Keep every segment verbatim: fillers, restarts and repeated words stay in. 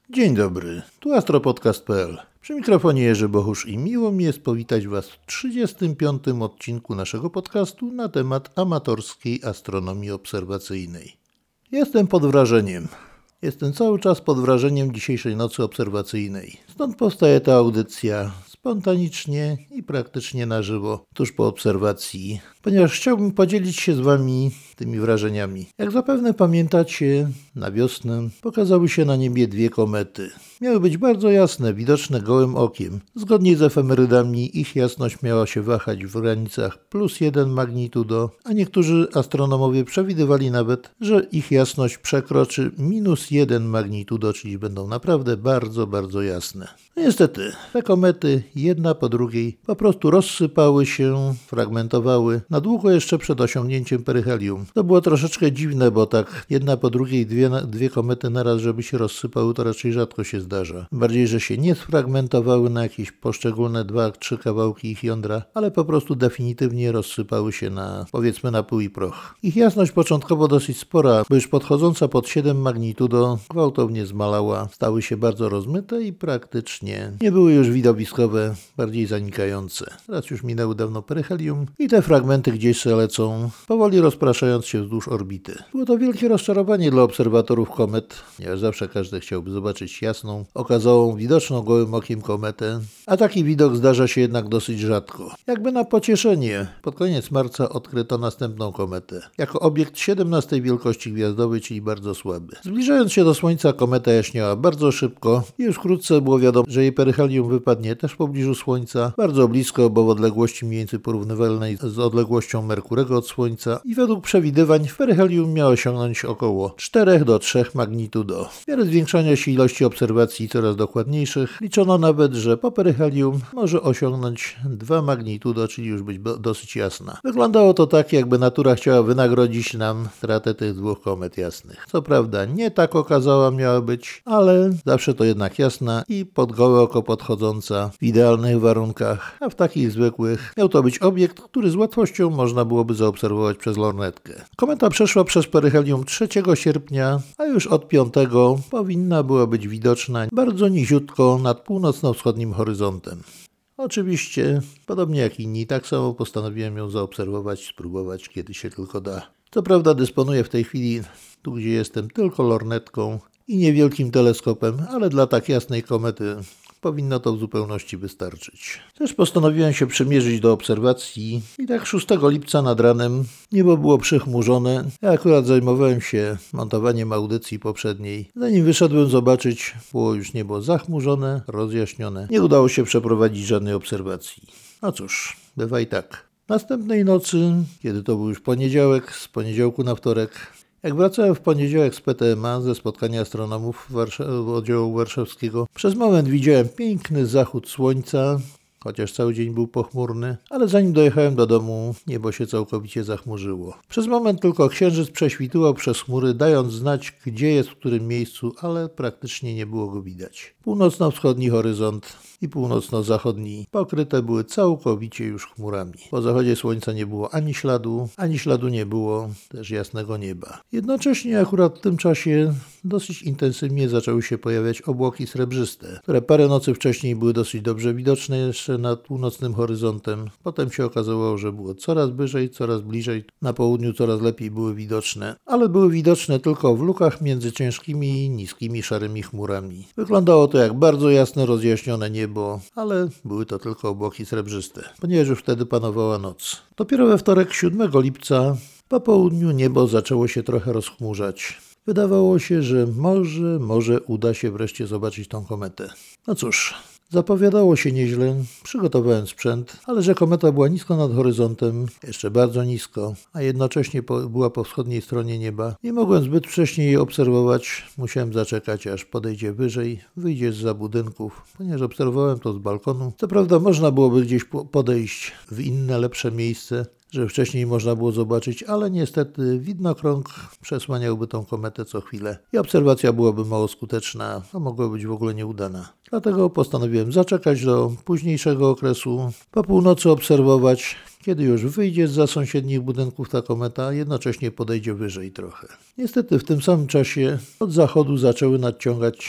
Dzień dobry, tu astropodcast kropka p l. Przy mikrofonie Jerzy Bochusz i miło mi jest powitać Was w trzydziestym piątym odcinku naszego podcastu na temat amatorskiej astronomii obserwacyjnej. Jestem pod wrażeniem. Jestem cały czas pod wrażeniem dzisiejszej nocy obserwacyjnej. Stąd powstaje ta audycja spontanicznie i praktycznie na żywo, tuż po obserwacji, ponieważ chciałbym podzielić się z Wami tymi wrażeniami. Jak zapewne pamiętacie, na wiosnę pokazały się na niebie dwie komety. Miały być bardzo jasne, widoczne gołym okiem. Zgodnie z efemerydami ich jasność miała się wahać w granicach plus jeden magnitudo, a niektórzy astronomowie przewidywali nawet, że ich jasność przekroczy minus jeden magnitudo, czyli będą naprawdę bardzo, bardzo jasne. No niestety, te komety, jedna po drugiej, po prostu rozsypały się, fragmentowały, na długo jeszcze przed osiągnięciem peryhelium. To było troszeczkę dziwne, bo tak jedna po drugiej dwie, dwie komety naraz, żeby się rozsypały, to raczej rzadko się zdarza. Bardziej, że się nie sfragmentowały na jakieś poszczególne dwa, trzy kawałki ich jądra, ale po prostu definitywnie rozsypały się na, powiedzmy, na pył i proch. Ich jasność początkowo dosyć spora, bo już podchodząca pod siedem magnitudo gwałtownie zmalała, stały się bardzo rozmyte i praktycznie nie były już widowiskowe, bardziej zanikające. Teraz już minęły dawno peryhelium i te fragmenty gdzieś se lecą, powoli rozpraszając się wzdłuż orbity. Było to wielkie rozczarowanie dla obserwatorów komet, ponieważ zawsze każdy chciałby zobaczyć jasną, okazałą, widoczną gołym okiem kometę, a taki widok zdarza się jednak dosyć rzadko. Jakby na pocieszenie, pod koniec marca odkryto następną kometę. Jako obiekt siedemnastej wielkości gwiazdowej, czyli bardzo słaby. Zbliżając się do Słońca, kometa jaśniała bardzo szybko i już wkrótce było wiadomo, że jej peryhelium wypadnie też w pobliżu Słońca, bardzo blisko, bo w odległości mniej więcej porównywalnej z odległością Merkurego od Słońca i według przewidywań w peryhelium miało osiągnąć około cztery do trzech magnitudo. W miarę zwiększania się ilości obserwacji coraz dokładniejszych liczono nawet, że po peryhelium może osiągnąć dwa magnitudo, czyli już być dosyć jasna. Wyglądało to tak, jakby natura chciała wynagrodzić nam stratę tych dwóch komet jasnych. Co prawda nie tak okazała miała być, ale zawsze to jednak jasna i pod gołe oko podchodząca w idealnych warunkach, a w takich zwykłych miał to być obiekt, który z łatwością można byłoby zaobserwować przez lornetkę. Kometa przeszła przez peryhelium trzeciego sierpnia, a już od piątego powinna była być widoczna bardzo niziutko nad północno-wschodnim horyzontem. Oczywiście, podobnie jak inni, tak samo postanowiłem ją zaobserwować, spróbować, kiedy się tylko da. Co prawda dysponuję w tej chwili, tu gdzie jestem, tylko lornetką i niewielkim teleskopem, ale dla tak jasnej komety powinno to w zupełności wystarczyć. Też postanowiłem się przymierzyć do obserwacji i tak szóstego lipca nad ranem niebo było przychmurzone. Ja akurat zajmowałem się montowaniem audycji poprzedniej. Zanim wyszedłem zobaczyć, było już niebo zachmurzone, rozjaśnione. Nie udało się przeprowadzić żadnej obserwacji. No cóż, bywa i tak. Następnej nocy, kiedy to był już poniedziałek, z poniedziałku na wtorek, jak wracałem w poniedziałek z P T M A ze spotkania astronomów Warsza- oddziału warszawskiego, przez moment widziałem piękny zachód słońca, chociaż cały dzień był pochmurny, ale zanim dojechałem do domu, niebo się całkowicie zachmurzyło. Przez moment tylko księżyc prześwitywał przez chmury, dając znać, gdzie jest, w którym miejscu, ale praktycznie nie było go widać. Północno-wschodni horyzont i północno-zachodni pokryte były całkowicie już chmurami. Po zachodzie słońca nie było ani śladu, ani śladu nie było też jasnego nieba. Jednocześnie akurat w tym czasie dosyć intensywnie zaczęły się pojawiać obłoki srebrzyste, które parę nocy wcześniej były dosyć dobrze widoczne jeszcze nad północnym horyzontem. Potem się okazało, że było coraz wyżej, coraz bliżej, na południu coraz lepiej były widoczne, ale były widoczne tylko w lukach między ciężkimi, niskimi, szarymi chmurami. Wyglądało to jak bardzo jasno rozjaśnione niebo, ale były to tylko obłoki srebrzyste, ponieważ już wtedy panowała noc. Dopiero we wtorek siódmego lipca po południu niebo zaczęło się trochę rozchmurzać. Wydawało się, że może, może uda się wreszcie zobaczyć tą kometę. No cóż, zapowiadało się nieźle, przygotowałem sprzęt, ale że kometa była nisko nad horyzontem, jeszcze bardzo nisko, a jednocześnie po, była po wschodniej stronie nieba, nie mogłem zbyt wcześnie jej obserwować, musiałem zaczekać, aż podejdzie wyżej, wyjdzie zza budynków, ponieważ obserwowałem to z balkonu. Co prawda można byłoby gdzieś podejść w inne, lepsze miejsce, żeby wcześniej można było zobaczyć, ale niestety widnokrąg przesłaniałby tą kometę co chwilę i obserwacja byłaby mało skuteczna, a mogła być w ogóle nieudana. Dlatego postanowiłem zaczekać do późniejszego okresu, po północy obserwować, kiedy już wyjdzie zza sąsiednich budynków ta kometa, a jednocześnie podejdzie wyżej trochę. Niestety w tym samym czasie od zachodu zaczęły nadciągać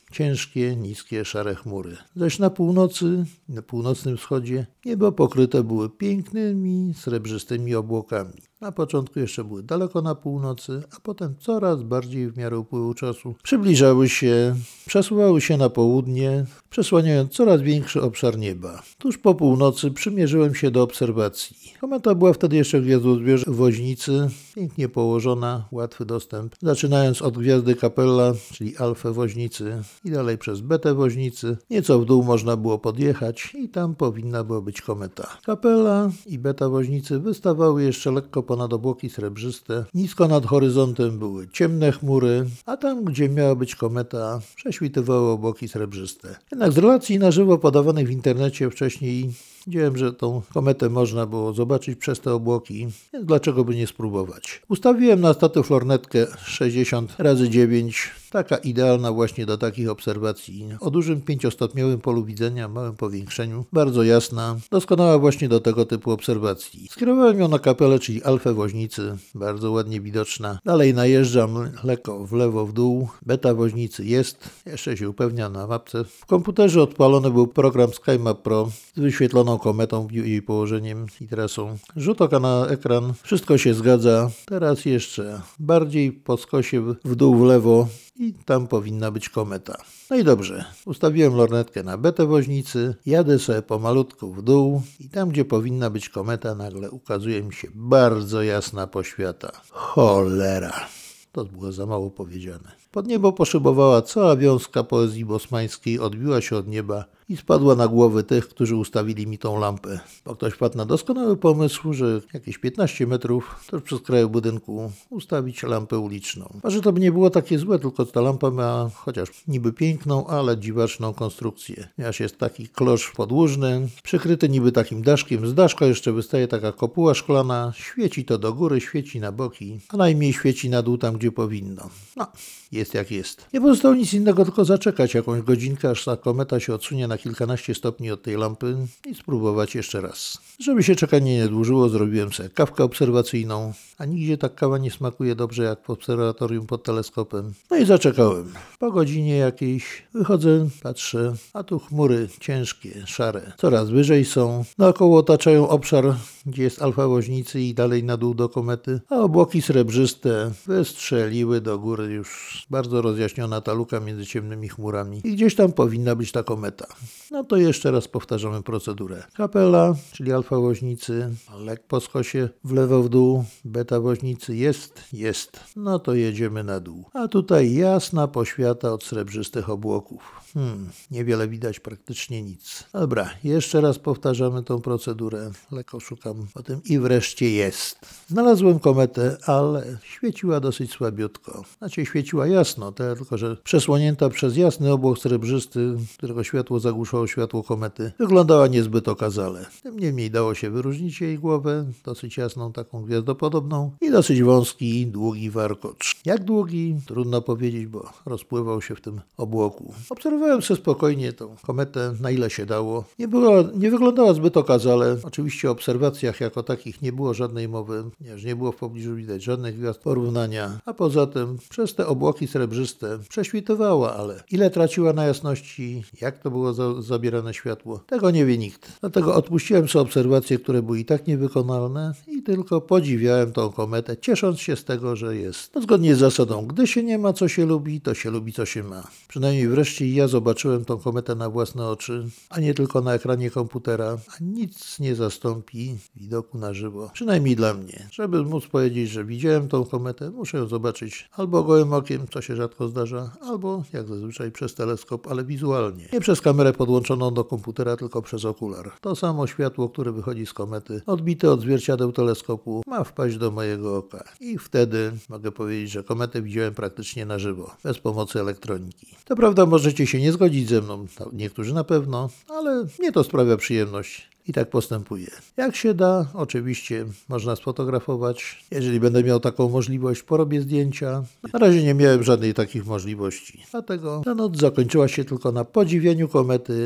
ciężkie, niskie, szare chmury. Zaś na północy, na północnym wschodzie niebo pokryte było pięknymi, srebrzystymi obłokami. Na początku jeszcze były daleko na północy, a potem coraz bardziej w miarę upływu czasu przybliżały się, przesuwały się na południe, przesłaniając coraz większy obszar nieba. Tuż po północy przymierzyłem się do obserwacji. Kometa była wtedy jeszcze w gwiazdozbiorze Woźnicy, pięknie położona, łatwy dostęp, zaczynając od gwiazdy Capella, czyli Alfę Woźnicy i dalej przez Betę Woźnicy. Nieco w dół można było podjechać i tam powinna była być kometa. Capella i Beta Woźnicy wystawały jeszcze lekko ponad obłoki srebrzyste. Nisko nad horyzontem były ciemne chmury, a tam, gdzie miała być kometa, prześwitywały obłoki srebrzyste. Jednak z relacji na żywo podawanych w internecie wcześniej widziałem, że tą kometę można było zobaczyć przez te obłoki, więc dlaczego by nie spróbować. Ustawiłem na statyw lornetkę sześćdziesiąt razy dziewięć, taka idealna właśnie do takich obserwacji. O dużym pięciostopniowym polu widzenia, małym powiększeniu, bardzo jasna, doskonała właśnie do tego typu obserwacji. Skierowałem ją na Capellę, czyli Alfę Woźnicy, bardzo ładnie widoczna. Dalej najeżdżam lekko w lewo, w dół. Beta Woźnicy jest, jeszcze się upewnia na mapce. W komputerze odpalony był program SkyMap Pro z wyświetloną kometą, jej położeniem i trasą. Rzut oka na ekran, wszystko się zgadza. Teraz jeszcze bardziej po skosie w dół, w lewo i tam powinna być kometa. No i dobrze, ustawiłem lornetkę na Betę Woźnicy, jadę sobie pomalutku w dół i tam, gdzie powinna być kometa, nagle ukazuje mi się bardzo jasna poświata. Cholera! To było za mało powiedziane. Pod niebo poszybowała cała wiązka poezji bosmańskiej, odbiła się od nieba i spadła na głowy tych, którzy ustawili mi tą lampę. Bo ktoś wpadł na doskonały pomysł, że jakieś piętnaście metrów, tuż przez kraju budynku, ustawić lampę uliczną. Może to by nie było takie złe, tylko ta lampa ma chociaż niby piękną, ale dziwaczną konstrukcję. Ponieważ jest taki klosz podłużny, przykryty niby takim daszkiem. Z daszka jeszcze wystaje taka kopuła szklana, świeci to do góry, świeci na boki, a najmniej świeci na dół tam, gdzie powinno. No, jest jak jest. Nie pozostało nic innego, tylko zaczekać jakąś godzinkę, aż ta kometa się odsunie na kilkanaście stopni od tej lampy i spróbować jeszcze raz. Żeby się czekanie nie dłużyło, zrobiłem sobie kawkę obserwacyjną, a nigdzie tak kawa nie smakuje dobrze jak w obserwatorium pod teleskopem. No i zaczekałem. Po godzinie jakiejś wychodzę, patrzę, a tu chmury ciężkie, szare. Coraz wyżej są. Naokoło otaczają obszar, gdzie jest Alfa Woźnicy i dalej na dół do komety, a obłoki srebrzyste wystrzeliły do góry, już bardzo rozjaśniona ta luka między ciemnymi chmurami i gdzieś tam powinna być ta kometa. No to jeszcze raz powtarzamy procedurę. Capella, czyli Alfa Woźnicy, lekko po skosie w lewo, w dół, Beta Woźnicy jest, jest. No to jedziemy na dół. A tutaj jasna poświata od srebrzystych obłoków. Hmm, niewiele widać, praktycznie nic. Dobra, jeszcze raz powtarzamy tą procedurę. Lekko szukam o tym i wreszcie jest. Znalazłem kometę, ale świeciła dosyć słabiutko. Znaczy świeciła jasno, tylko że przesłonięta przez jasny obłok srebrzysty, którego światło zagłuszało światło komety, wyglądała niezbyt okazale. Tym niemniej dało się wyróżnić jej głowę, dosyć jasną, taką gwiazdopodobną i dosyć wąski, długi warkocz. Jak długi? Trudno powiedzieć, bo rozpływał się w tym obłoku. Obserwowałem sobie spokojnie tą kometę, na ile się dało. Nie, była, nie wyglądała zbyt okazale. Oczywiście o obserwacjach jako takich nie było żadnej mowy, ponieważ nie było w pobliżu widać żadnych gwiazd porównania, a poza tym przez te obłoki srebrzyste prześwitywała, ale ile traciła na jasności, jak to było za, zabierane światło, tego nie wie nikt. Dlatego odpuściłem sobie obserwacje, które były i tak niewykonalne i tylko podziwiałem tą kometę, ciesząc się z tego, że jest. No, zgodnie z zasadą, gdy się nie ma, co się lubi, to się lubi, co się ma. Przynajmniej wreszcie ja zobaczyłem tą kometę na własne oczy, a nie tylko na ekranie komputera, a nic nie zastąpi widoku na żywo. Przynajmniej dla mnie. Żeby móc powiedzieć, że widziałem tą kometę, muszę ją zobaczyć albo gołym okiem, co się rzadko zdarza, albo jak zazwyczaj przez teleskop, ale wizualnie. Nie przez kamerę podłączoną do komputera, tylko przez okular. To samo światło, które wychodzi z komety, odbite od zwierciadeł teleskopu, ma wpaść do mojego oka. I wtedy mogę powiedzieć, że kometę widziałem praktycznie na żywo, bez pomocy elektroniki. To prawda, możecie się nie zgodzić ze mną, niektórzy na pewno, ale mnie to sprawia przyjemność. I tak postępuję. Jak się da, oczywiście można sfotografować. Jeżeli będę miał taką możliwość, porobię zdjęcia. Na razie nie miałem żadnej takich możliwości. Dlatego ta noc zakończyła się tylko na podziwieniu komety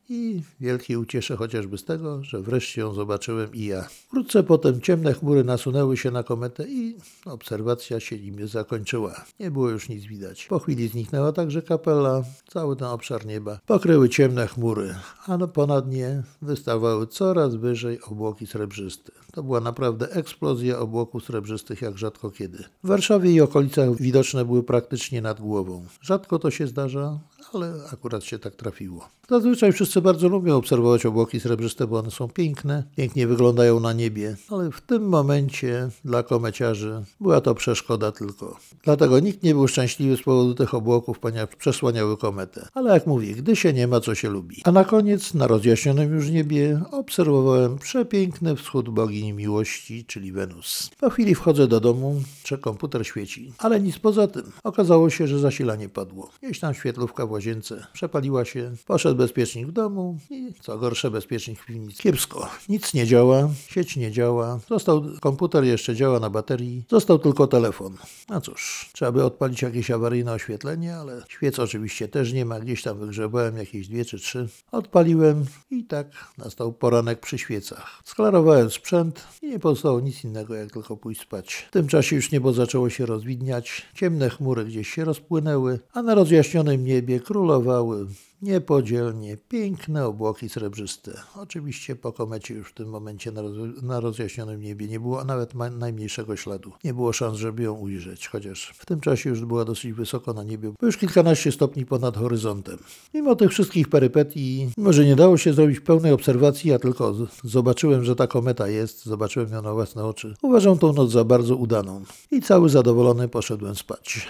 i wielkiej uciesze chociażby z tego, że wreszcie ją zobaczyłem i ja. Wkrótce potem ciemne chmury nasunęły się na kometę i obserwacja się nim zakończyła. Nie było już nic widać. Po chwili zniknęła także kapela, cały ten obszar nieba pokryły ciemne chmury, a ponad nie wystawały coraz wyżej obłoki srebrzyste. To była naprawdę eksplozja obłoków srebrzystych jak rzadko kiedy. W Warszawie i okolicach widoczne były praktycznie nad głową. Rzadko to się zdarza, ale akurat się tak trafiło. Zazwyczaj wszyscy bardzo lubią obserwować obłoki srebrzyste, bo one są piękne, pięknie wyglądają na niebie, ale w tym momencie dla komeciarzy była to przeszkoda tylko. Dlatego nikt nie był szczęśliwy z powodu tych obłoków, ponieważ przesłaniały kometę. Ale jak mówię, gdy się nie ma, co się lubi. A na koniec, na rozjaśnionym już niebie, obserwowałem przepiękny wschód bogini miłości, czyli Wenus. Po chwili wchodzę do domu, czy komputer świeci, ale nic poza tym. Okazało się, że zasilanie padło. Gdzieś tam świetlówka w łazience przepaliła się, poszedł bezpiecznik w domu i co gorsze bezpiecznik w piwnicy. Kiepsko. Nic nie działa, sieć nie działa, został komputer, jeszcze działa na baterii, został tylko telefon. A cóż, trzeba by odpalić jakieś awaryjne oświetlenie, ale świec oczywiście też nie ma, gdzieś tam wygrzebałem jakieś dwie czy trzy. Odpaliłem i tak nastał poranek przy świecach. Sklarowałem sprzęt i nie pozostało nic innego, jak tylko pójść spać. W tym czasie już niebo zaczęło się rozwidniać, ciemne chmury gdzieś się rozpłynęły, a na rozjaśnionym niebie królowały niepodzielnie piękne obłoki srebrzyste. Oczywiście po komecie już w tym momencie na, roz, na rozjaśnionym niebie nie było nawet ma, najmniejszego śladu. Nie było szans, żeby ją ujrzeć, chociaż w tym czasie już była dosyć wysoko na niebie, bo już kilkanaście stopni ponad horyzontem. Mimo tych wszystkich perypetii, mimo że nie dało się zrobić pełnej obserwacji, ja tylko z, zobaczyłem, że ta kometa jest, zobaczyłem ją na własne oczy. Uważam tą noc za bardzo udaną i cały zadowolony poszedłem spać.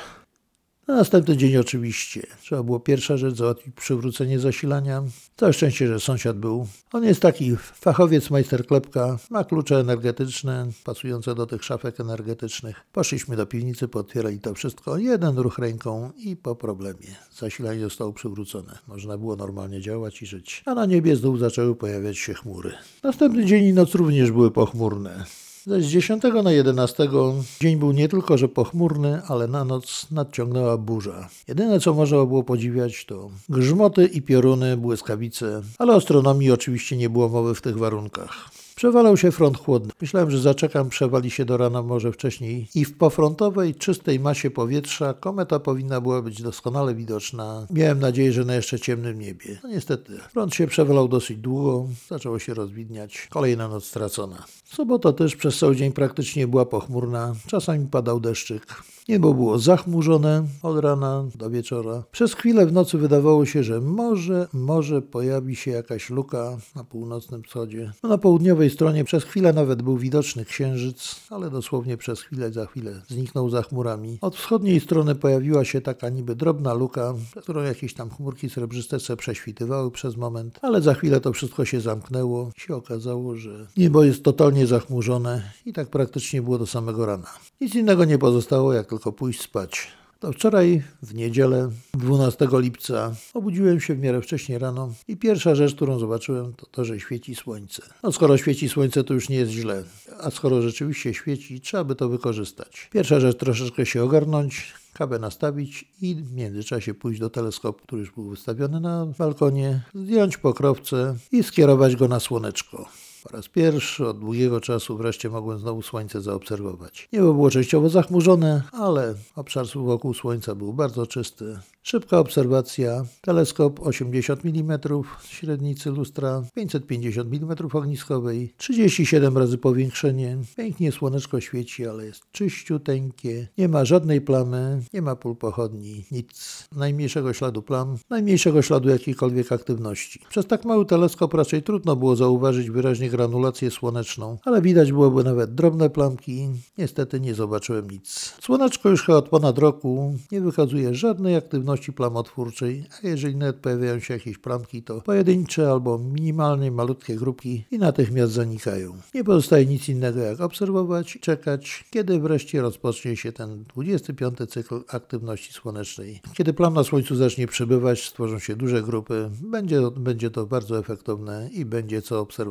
Na następny dzień oczywiście trzeba było pierwsza rzecz załatwić przywrócenie zasilania. Całe szczęście, że sąsiad był. On jest taki fachowiec, majster klepka, ma klucze energetyczne pasujące do tych szafek energetycznych. Poszliśmy do piwnicy, potwierali to wszystko. Jeden ruch ręką i po problemie. Zasilanie zostało przywrócone. Można było normalnie działać i żyć. A na niebie znów zaczęły pojawiać się chmury. Następny dzień i noc również były pochmurne. Z dziesiątego na jedenastego dzień był nie tylko, że pochmurny, ale na noc nadciągnęła burza. Jedyne, co można było podziwiać, to grzmoty i pioruny, błyskawice, ale o astronomii oczywiście nie było mowy w tych warunkach. Przewalał się front chłodny. Myślałem, że zaczekam, przewali się do rana może wcześniej i w pofrontowej, czystej masie powietrza kometa powinna była być doskonale widoczna. Miałem nadzieję, że na jeszcze ciemnym niebie. No niestety, front się przewalał dosyć długo, zaczęło się rozwidniać. Kolejna noc stracona. Sobota też przez cały dzień praktycznie była pochmurna, czasami padał deszczyk. Niebo było zachmurzone od rana do wieczora. Przez chwilę w nocy wydawało się, że może, może pojawi się jakaś luka na północnym wschodzie. No na południowej stronie przez chwilę nawet był widoczny księżyc, ale dosłownie przez chwilę, za chwilę zniknął za chmurami. Od wschodniej strony pojawiła się taka niby drobna luka, przez którą jakieś tam chmurki srebrzyste se prześwitywały przez moment, ale za chwilę to wszystko się zamknęło. Się okazało, że niebo jest totalnie zachmurzone i tak praktycznie było do samego rana. Nic innego nie pozostało, jak tylko pójść spać. To wczoraj, w niedzielę, dwunastego lipca, obudziłem się w miarę wcześnie rano i pierwsza rzecz, którą zobaczyłem, to to, że świeci słońce. No skoro świeci słońce, to już nie jest źle, a skoro rzeczywiście świeci, trzeba by to wykorzystać. Pierwsza rzecz, troszeczkę się ogarnąć, kabę nastawić i w międzyczasie pójść do teleskopu, który już był wystawiony na balkonie, zdjąć pokrowce i skierować go na słoneczko. Po raz pierwszy od długiego czasu wreszcie mogłem znowu słońce zaobserwować. Niebo było częściowo zachmurzone, ale obszar wokół słońca był bardzo czysty. Szybka obserwacja, teleskop osiemdziesiąt milimetrów średnicy lustra, pięćset pięćdziesiąt milimetrów ogniskowej, trzydzieści siedem razy powiększenie. Pięknie słoneczko świeci, ale jest czyściuteńkie, nie ma żadnej plamy, nie ma pól pochodni, nic. Najmniejszego śladu plam, najmniejszego śladu jakiejkolwiek aktywności. Przez tak mały teleskop raczej trudno było zauważyć wyraźnie granulację słoneczną, ale widać byłoby nawet drobne plamki. Niestety nie zobaczyłem nic. Słoneczko już chyba od ponad roku nie wykazuje żadnej aktywności plamotwórczej, a jeżeli nawet pojawiają się jakieś plamki, to pojedyncze albo minimalnie malutkie grupki i natychmiast zanikają. Nie pozostaje nic innego jak obserwować i czekać, kiedy wreszcie rozpocznie się ten dwudziesty piąty cykl aktywności słonecznej. Kiedy plam na Słońcu zacznie przybywać, stworzą się duże grupy, będzie, będzie to bardzo efektowne i będzie co obserwować wreszcie.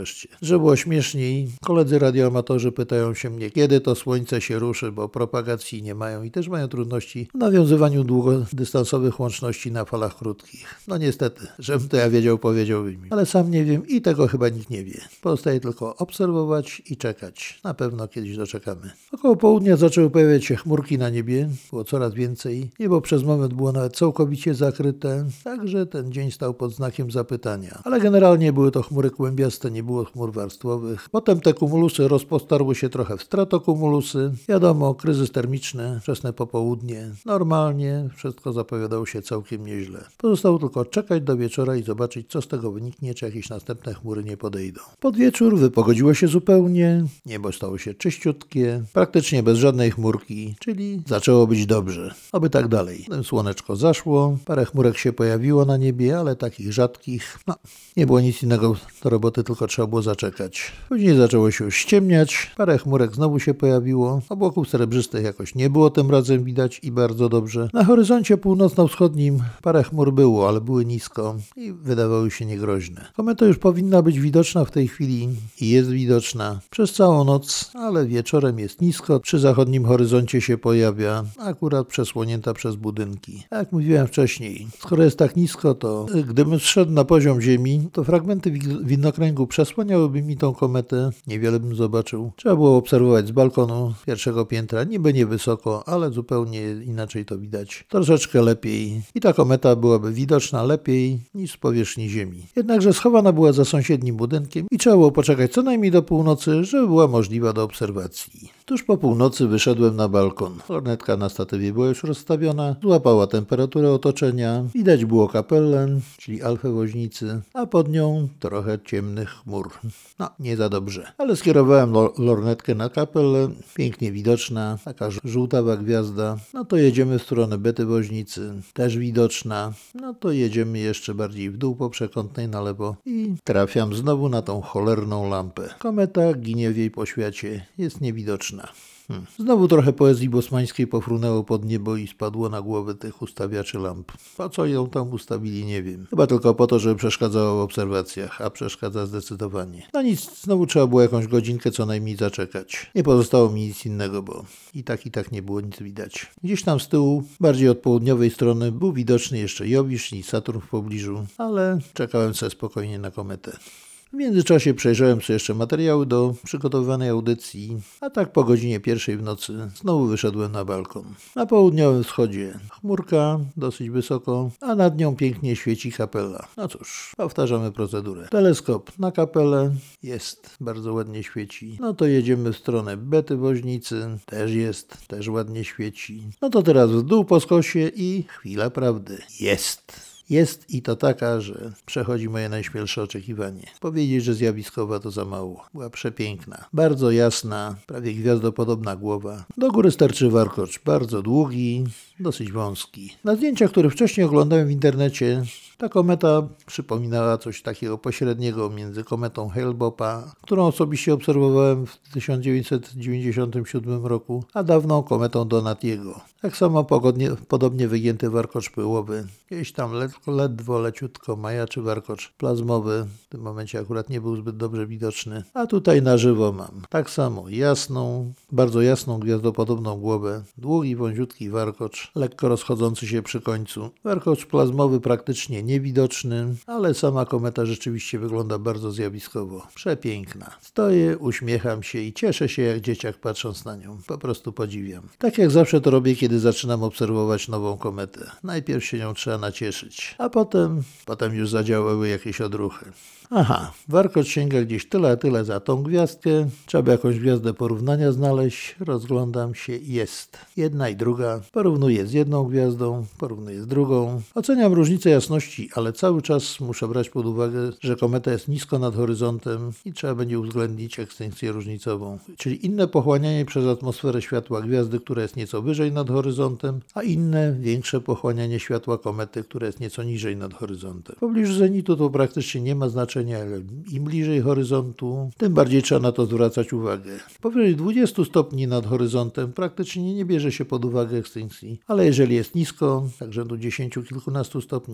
wreszcie. Że było śmieszniej, koledzy radioamatorzy pytają się mnie, kiedy to słońce się ruszy, bo propagacji nie mają i też mają trudności w nawiązywaniu długodystansowych łączności na falach krótkich. No niestety, żebym to ja wiedział, powiedziałbym im. Ale sam nie wiem i tego chyba nikt nie wie. Pozostaje tylko obserwować i czekać. Na pewno kiedyś doczekamy. Około południa zaczęły pojawiać się chmurki na niebie. Było coraz więcej. Niebo przez moment było nawet całkowicie zakryte, także ten dzień stał pod znakiem zapytania. Ale generalnie były to chmury kłębiaste, nie było chmur warstwowych. Potem te kumulusy rozpostarły się trochę w stratokumulusy. Wiadomo, kryzys termiczny, wczesne popołudnie. Normalnie wszystko zapowiadało się całkiem nieźle. Pozostało tylko czekać do wieczora i zobaczyć, co z tego wyniknie, czy jakieś następne chmury nie podejdą. Pod wieczór wypogodziło się zupełnie, niebo stało się czyściutkie, praktycznie bez żadnej chmurki, czyli zaczęło być dobrze. Oby tak dalej. Potem słoneczko zaszło, parę chmurek się pojawiło na niebie, ale takich rzadkich, no, nie było nic innego do roboty, tylko trzeba było zaczekać. Później zaczęło się już ściemniać, parę chmurek znowu się pojawiło, obłoków srebrzystych jakoś nie było tym razem widać i bardzo dobrze. Na horyzoncie północno-wschodnim parę chmur było, ale były nisko i wydawały się niegroźne. Kometa już powinna być widoczna w tej chwili i jest widoczna przez całą noc, ale wieczorem jest nisko, przy zachodnim horyzoncie się pojawia, akurat przesłonięta przez budynki. Jak mówiłem wcześniej, skoro jest tak nisko, to gdybym zszedł na poziom Ziemi, to fragmenty widnokręgu przesłaniałyby mi tą kometę, niewiele bym zobaczył. Trzeba było obserwować z balkonu pierwszego piętra, niby niewysoko, ale zupełnie inaczej to widać. Troszeczkę lepiej i ta kometa byłaby widoczna lepiej niż z powierzchni Ziemi. Jednakże schowana była za sąsiednim budynkiem i trzeba było poczekać co najmniej do północy, żeby była możliwa do obserwacji. Tuż po północy wyszedłem na balkon. Lornetka na statywie była już rozstawiona, złapała temperaturę otoczenia, widać było kapellę, czyli alfę woźnicy, a pod nią trochę ciemnych chmur. No, nie za dobrze. Ale skierowałem lo- lornetkę na kapellę, pięknie widoczna, taka żółtawa gwiazda. No to jedziemy w stronę Bety Woźnicy, też widoczna. No to jedziemy jeszcze bardziej w dół po przekątnej na lewo i trafiam znowu na tą cholerną lampę. Kometa ginie w jej poświacie, jest niewidoczna. Hmm. Znowu trochę poezji bosmańskiej pofrunęło pod niebo i spadło na głowy tych ustawiaczy lamp. Po co ją tam ustawili, nie wiem. Chyba tylko po to, żeby przeszkadzało w obserwacjach, a przeszkadza zdecydowanie. No nic, znowu trzeba było jakąś godzinkę co najmniej zaczekać. Nie pozostało mi nic innego, bo i tak i tak nie było nic widać. Gdzieś tam z tyłu, bardziej od południowej strony, był widoczny jeszcze Jowisz i Saturn w pobliżu, ale czekałem sobie spokojnie na kometę. W międzyczasie przejrzałem sobie jeszcze materiały do przygotowywanej audycji, a tak po godzinie pierwszej w nocy znowu wyszedłem na balkon. Na południowym wschodzie chmurka, dosyć wysoko, a nad nią pięknie świeci kapela. No cóż, powtarzamy procedurę. Teleskop na kapelę, jest, bardzo ładnie świeci. No to jedziemy w stronę Bety Woźnicy, też jest, też ładnie świeci. No to teraz w dół po skosie i chwila prawdy. Jest! Jest i to taka, że przechodzi moje najśmielsze oczekiwanie. Powiedzieć, że zjawiskowa to za mało. Była przepiękna. Bardzo jasna, prawie gwiazdopodobna głowa. Do góry sterczy warkocz, bardzo długi, dosyć wąski. Na zdjęciach, które wcześniej oglądałem w internecie, ta kometa przypominała coś takiego pośredniego między kometą Hale-Boppa, którą osobiście obserwowałem w tysiąc dziewięćset dziewięćdziesiątym siódmym roku, a dawną kometą Donatiego. Tak samo pogodnie, podobnie wygięty warkocz pyłowy. Gdzieś tam led, ledwo, leciutko majaczy warkocz plazmowy. W tym momencie akurat nie był zbyt dobrze widoczny. A tutaj na żywo mam tak samo jasną, bardzo jasną gwiazdopodobną głowę, długi, wąziutki warkocz, lekko rozchodzący się przy końcu. Warkocz plazmowy praktycznie niewidoczny, ale sama kometa rzeczywiście wygląda bardzo zjawiskowo. Przepiękna. Stoję, uśmiecham się i cieszę się jak dzieciak patrząc na nią. Po prostu podziwiam. Tak jak zawsze to robię, kiedy zaczynam obserwować nową kometę. Najpierw się nią trzeba nacieszyć, a potem, potem już zadziałały jakieś odruchy. Aha, warkocz sięga gdzieś tyle, tyle za tą gwiazdkę. Trzeba jakąś gwiazdę porównania znaleźć. Rozglądam się. Jest. Jedna i druga. Porównuję z jedną gwiazdą, porównuję z drugą. Oceniam różnicę jasności, ale cały czas muszę brać pod uwagę, że kometa jest nisko nad horyzontem i trzeba będzie uwzględnić ekstynkcję różnicową. Czyli inne pochłanianie przez atmosferę światła gwiazdy, która jest nieco wyżej nad horyzontem, a inne, większe pochłanianie światła komety, które jest nieco niżej nad horyzontem. W pobliżu zenitu to praktycznie nie ma znaczenia, ale im bliżej horyzontu, tym bardziej trzeba na to zwracać uwagę. Powyżej dwudziestu stopni nad horyzontem praktycznie nie bierze się pod uwagę ekstynkcji, ale jeżeli jest nisko, tak rzędu dziesięciu kilkunastu stopni, trzeba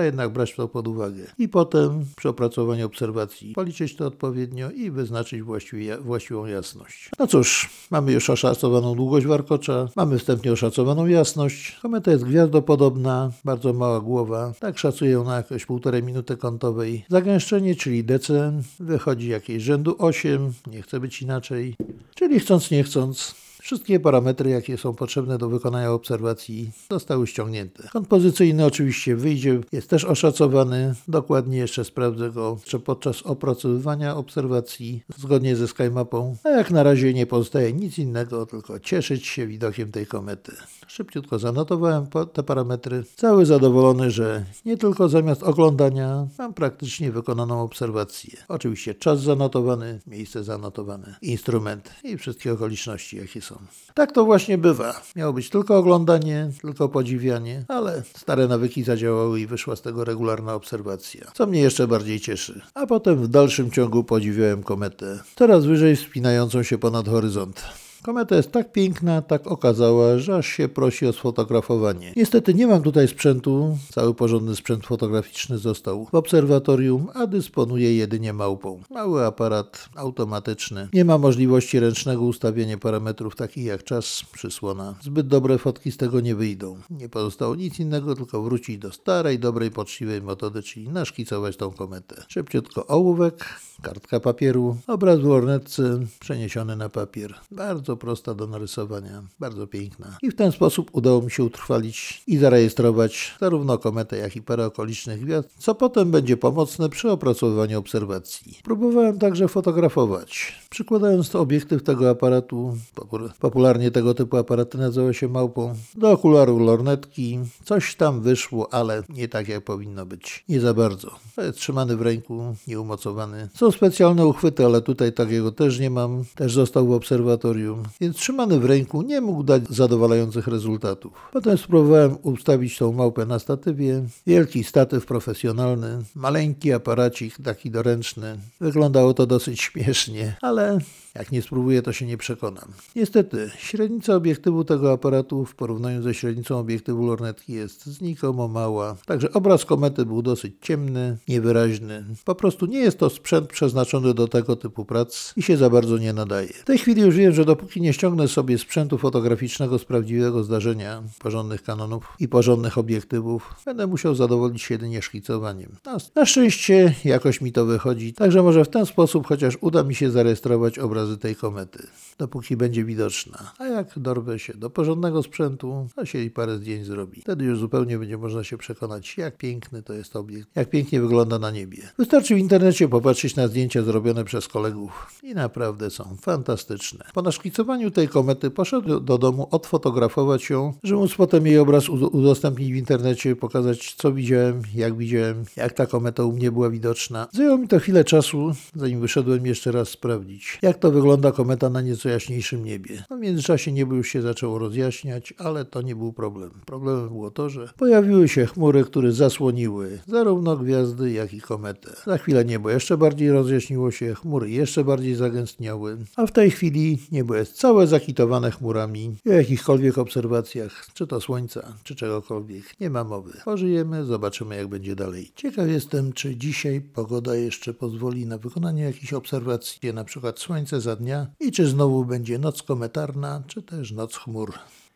jednak brać to pod uwagę. I potem przy opracowaniu obserwacji policzyć to odpowiednio i wyznaczyć właściwie, właściwą jasność. No cóż, mamy już oszacowaną długość warkocza, mamy wstępnie oszacowaną jasność. Kometa jest gwiazdopodobna, bardzo mała głowa, tak szacuję ją na jakieś półtorej minuty kątowej. Zagęszczenie, czyli D C, wychodzi jakieś rzędu osiem, nie chce być inaczej, czyli chcąc nie chcąc, wszystkie parametry, jakie są potrzebne do wykonania obserwacji, zostały ściągnięte. Kąt pozycyjny oczywiście wyjdzie, jest też oszacowany. Dokładnie jeszcze sprawdzę go jeszcze podczas opracowywania obserwacji zgodnie ze SkyMapą. A jak na razie nie pozostaje nic innego, tylko cieszyć się widokiem tej komety. Szybciutko zanotowałem te parametry. Cały zadowolony, że nie tylko zamiast oglądania mam praktycznie wykonaną obserwację. Oczywiście czas zanotowany, miejsce zanotowane, instrument i wszystkie okoliczności, jakie są. Tak to właśnie bywa. Miało być tylko oglądanie, tylko podziwianie, ale stare nawyki zadziałały i wyszła z tego regularna obserwacja, co mnie jeszcze bardziej cieszy. A potem w dalszym ciągu podziwiałem kometę, coraz wyżej wspinającą się ponad horyzont. Kometa jest tak piękna, tak okazała, że aż się prosi o sfotografowanie. Niestety nie mam tutaj sprzętu, cały porządny sprzęt fotograficzny został w obserwatorium, a dysponuję jedynie małpą. Mały aparat automatyczny. Nie ma możliwości ręcznego ustawienia parametrów takich jak czas, przysłona. Zbyt dobre fotki z tego nie wyjdą. Nie pozostało nic innego, tylko wrócić do starej, dobrej, poczciwej metody, czyli naszkicować tą kometę. Szybciutko ołówek, kartka papieru, obraz w lornetce przeniesiony na papier. Bardzo prosta do narysowania, bardzo piękna. I w ten sposób udało mi się utrwalić i zarejestrować zarówno kometę, jak i parę okolicznych gwiazd, co potem będzie pomocne przy opracowywaniu obserwacji. Próbowałem także fotografować, przykładając obiektyw tego aparatu, popularnie tego typu aparaty nazywa się małpą, do okularu lornetki. Coś tam wyszło, ale nie tak jak powinno być. Nie za bardzo. To jest trzymany w ręku, nieumocowany. Są specjalne uchwyty, ale tutaj takiego też nie mam. Też został w obserwatorium. Więc trzymany w ręku nie mógł dać zadowalających rezultatów. Potem spróbowałem ustawić tą małpę na statywie. Wielki statyw profesjonalny, maleńki aparacik, taki doręczny. Wyglądało to dosyć śmiesznie, ale jak nie spróbuję, to się nie przekonam. Niestety, średnica obiektywu tego aparatu w porównaniu ze średnicą obiektywu lornetki jest znikomo mała. Także obraz komety był dosyć ciemny, niewyraźny. Po prostu nie jest to sprzęt przeznaczony do tego typu prac i się za bardzo nie nadaje. W tej chwili już wiem, że dopóki nie ściągnę sobie sprzętu fotograficznego z prawdziwego zdarzenia, porządnych kanonów i porządnych obiektywów, będę musiał zadowolić się jedynie szkicowaniem. Na, na szczęście jakoś mi to wychodzi, także może w ten sposób chociaż uda mi się zarejestrować obraz tej komety, dopóki będzie widoczna. A jak dorwę się do porządnego sprzętu, to się i parę zdjęć zrobi. Wtedy już zupełnie będzie można się przekonać, jak piękny to jest obiekt, jak pięknie wygląda na niebie. Wystarczy w internecie popatrzeć na zdjęcia zrobione przez kolegów i naprawdę są fantastyczne. Po naszkicowaniu tej komety poszedłem do domu odfotografować ją, żeby móc potem jej obraz udostępnić w internecie, pokazać co widziałem, jak widziałem, jak ta kometa u mnie była widoczna. Zajęło mi to chwilę czasu, zanim wyszedłem jeszcze raz sprawdzić, jak to wygląda kometa na nieco jaśniejszym niebie. No w międzyczasie niebo już się zaczęło rozjaśniać, ale to nie był problem. Problemem było to, że pojawiły się chmury, które zasłoniły zarówno gwiazdy, jak i kometę. Za chwilę niebo jeszcze bardziej rozjaśniło się, chmury jeszcze bardziej zagęstniały, a w tej chwili niebo jest całe zakitowane chmurami. O jakichkolwiek obserwacjach, czy to słońca, czy czegokolwiek, nie ma mowy. Pożyjemy, zobaczymy jak będzie dalej. Ciekaw jestem, czy dzisiaj pogoda jeszcze pozwoli na wykonanie jakichś obserwacji, na przykład słońce za dnia i czy znowu będzie noc kometarna, czy też noc chmur.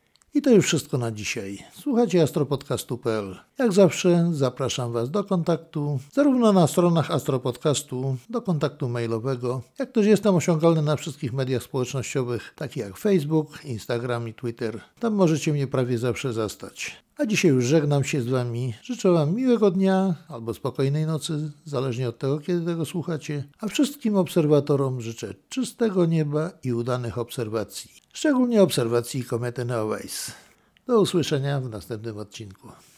I to już wszystko na dzisiaj. Słuchajcie astropodcastu kropka p l. Jak zawsze zapraszam Was do kontaktu, zarówno na stronach Astropodcastu, do kontaktu mailowego, jak też jestem osiągalny na wszystkich mediach społecznościowych, takich jak Facebook, Instagram i Twitter. Tam możecie mnie prawie zawsze zastać. A dzisiaj już żegnam się z Wami. Życzę Wam miłego dnia albo spokojnej nocy, zależnie od tego, kiedy tego słuchacie. A wszystkim obserwatorom życzę czystego nieba i udanych obserwacji. Szczególnie obserwacji komety Neowise. Do usłyszenia w następnym odcinku.